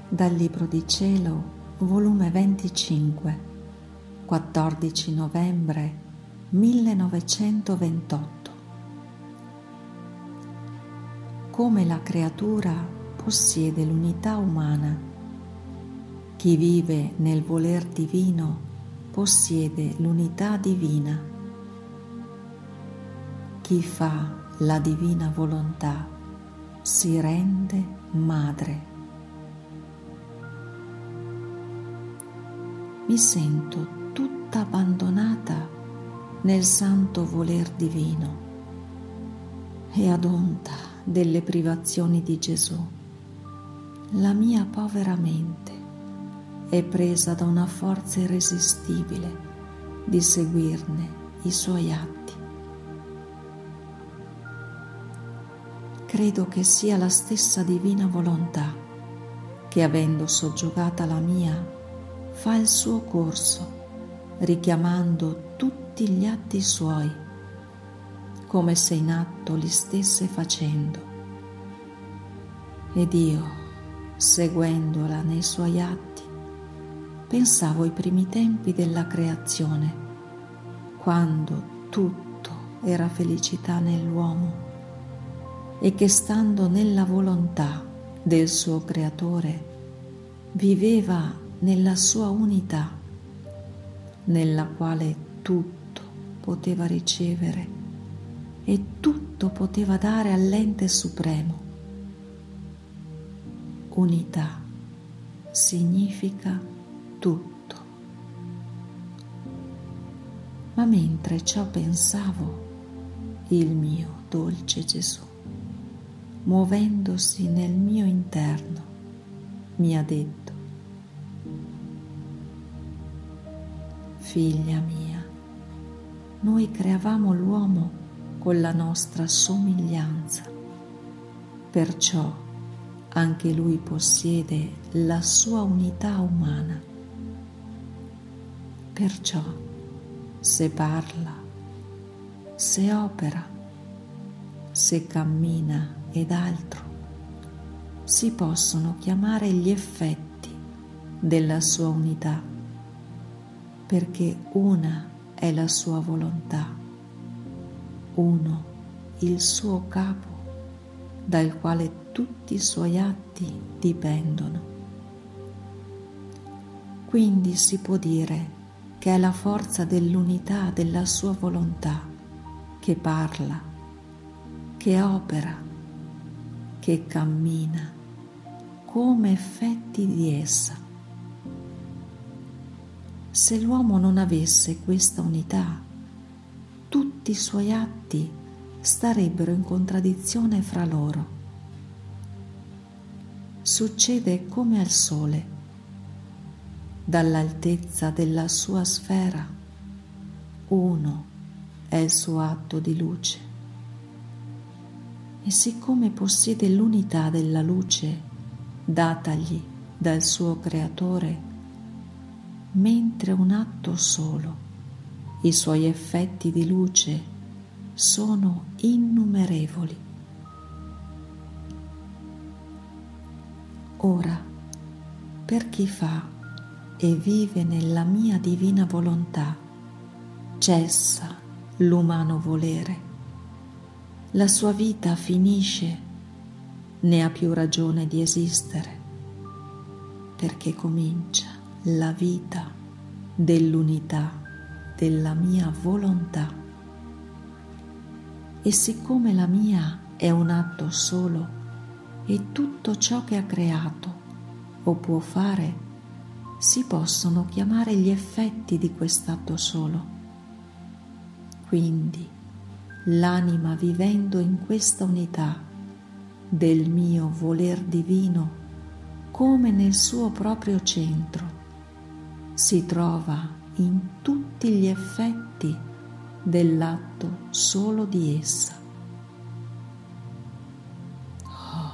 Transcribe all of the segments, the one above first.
Dal Libro di Cielo, volume 25, 14 novembre 1928. Come la creatura possiede l'unità umana, chi vive nel voler divino possiede l'unità divina. Chi fa la divina volontà si rende madre. Mi sento tutta abbandonata nel santo voler divino e ad onta delle privazioni di Gesù. La mia povera mente è presa da una forza irresistibile di seguirne i suoi atti. Credo che sia la stessa divina volontà che, avendo soggiogata la mia, fa il suo corso, richiamando tutti gli atti suoi, come se in atto li stesse facendo. Ed io, seguendola nei suoi atti, pensavo ai primi tempi della creazione, quando tutto era felicità nell'uomo e che, stando nella volontà del suo creatore, viveva nella sua unità, nella quale tutto poteva ricevere e tutto poteva dare all'ente supremo. Unità significa tutto. Ma mentre ciò pensavo, il mio dolce Gesù, muovendosi nel mio interno, mi ha detto: figlia mia, noi creavamo l'uomo con la nostra somiglianza, perciò anche lui possiede la sua unità umana. Perciò, se parla, se opera, se cammina ed altro, si possono chiamare gli effetti della sua unità, perché una è la sua volontà, uno il suo capo, dal quale tutti i suoi atti dipendono. Quindi si può dire che è la forza dell'unità della sua volontà che parla, che opera, che cammina come effetti di essa. Se l'uomo non avesse questa unità, tutti i suoi atti starebbero in contraddizione fra loro. Succede come al Sole. Dall'altezza della sua sfera, uno è il suo atto di luce. E siccome possiede l'unità della luce datagli dal suo Creatore, mentre un atto solo, i suoi effetti di luce sono innumerevoli. Ora, per chi fa e vive nella mia divina volontà, cessa l'umano volere, la sua vita finisce, né ha più ragione di esistere, perché comincia la vita dell'unità della mia volontà. E siccome la mia è un atto solo e tutto ciò che ha creato o può fare si possono chiamare gli effetti di quest'atto solo. Quindi l'anima, vivendo in questa unità del mio voler divino, come nel suo proprio centro, si trova in tutti gli effetti dell'atto solo di essa. Oh,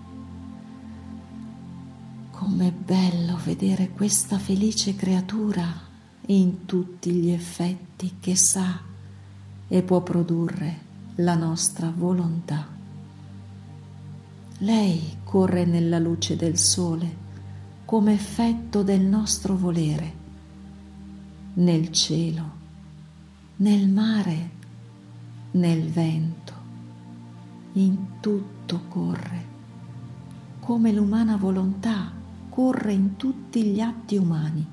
com'è bello vedere questa felice creatura in tutti gli effetti che sa e può produrre la nostra volontà. Lei corre nella luce del sole, come effetto del nostro volere, nel cielo, nel mare, nel vento, in tutto corre, come l'umana volontà corre in tutti gli atti umani,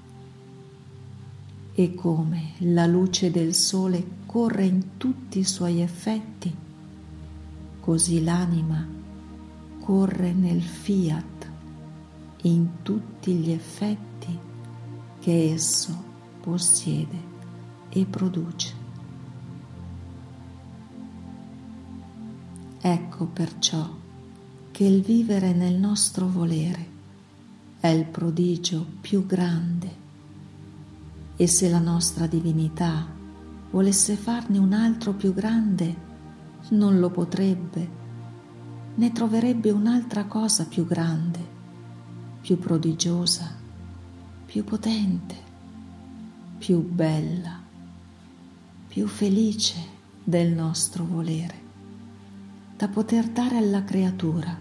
e come la luce del sole corre in tutti i suoi effetti, così l'anima corre nel fiat in tutti gli effetti che esso possiede e produce. Ecco perciò che il vivere nel nostro volere è il prodigio più grande, e se la nostra divinità volesse farne un altro più grande, non lo potrebbe, ne troverebbe un'altra cosa più grande, più prodigiosa, più potente, più bella, più felice del nostro volere, da poter dare alla creatura,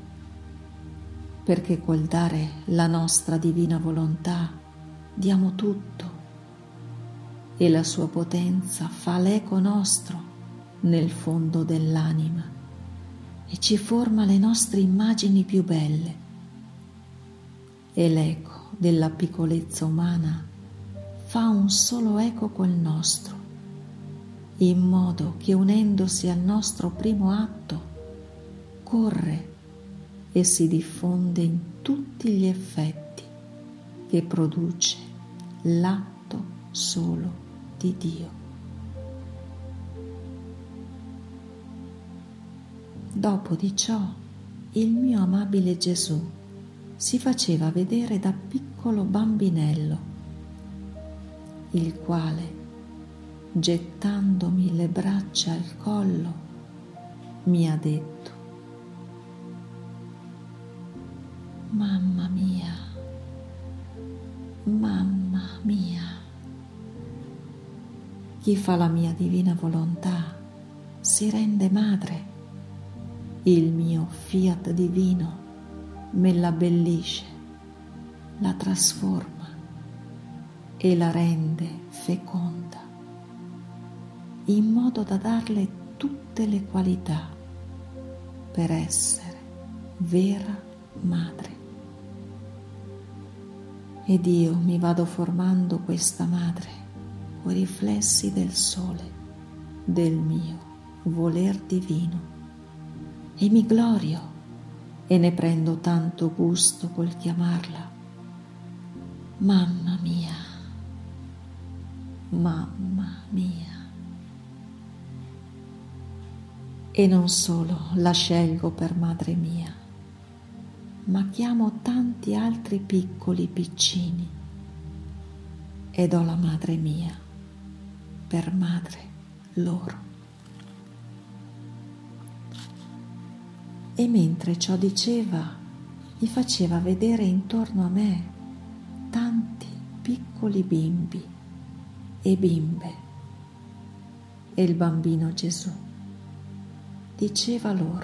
perché col dare la nostra divina volontà diamo tutto, e la sua potenza fa l'eco nostro nel fondo dell'anima e ci forma le nostre immagini più belle, e l'eco della piccolezza umana fa un solo eco col nostro, in modo che unendosi al nostro primo atto corre e si diffonde in tutti gli effetti che produce l'atto solo di Dio. Dopo di ciò, il mio amabile Gesù si faceva vedere da piccolo bambinello, il quale, gettandomi le braccia al collo, mi ha detto: mamma mia, mamma mia. Chi fa la mia divina volontà si rende madre. Il mio fiat divino me la abbellisce, la trasforma e la rende feconda, in modo da darle tutte le qualità per essere vera madre. Ed io mi vado formando questa madre coi riflessi del sole del mio voler divino, e mi glorio e ne prendo tanto gusto col chiamarla mamma mia, mamma mia. E non solo la scelgo per madre mia, ma chiamo tanti altri piccoli piccini ed ho la madre mia per madre loro. E mentre ciò diceva, mi faceva vedere intorno a me tanti piccoli bimbi e bimbe, e il bambino Gesù diceva loro: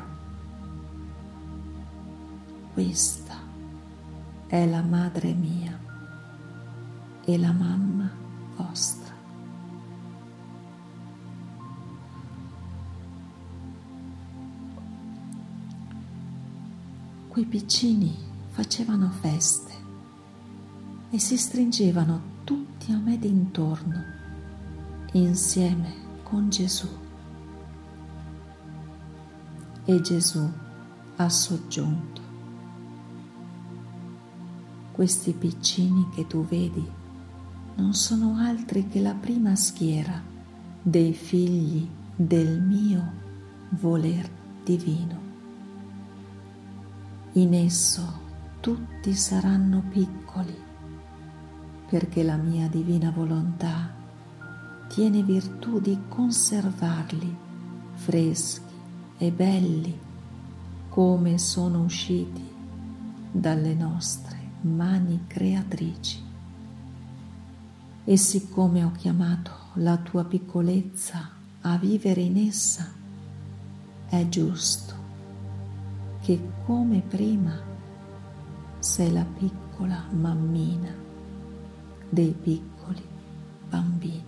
questa è la madre mia e la mamma vostra. Quei piccini facevano feste e si stringevano tutti a me d'intorno, insieme con Gesù. E Gesù ha soggiunto: questi piccini che tu vedi non sono altri che la prima schiera dei figli del mio voler divino. In esso tutti saranno piccoli, perché la mia divina volontà tiene virtù di conservarli freschi e belli come sono usciti dalle nostre mani creatrici. E siccome ho chiamato la tua piccolezza a vivere in essa, è giusto che come prima sei la piccola piccola mammina dei piccoli bambini.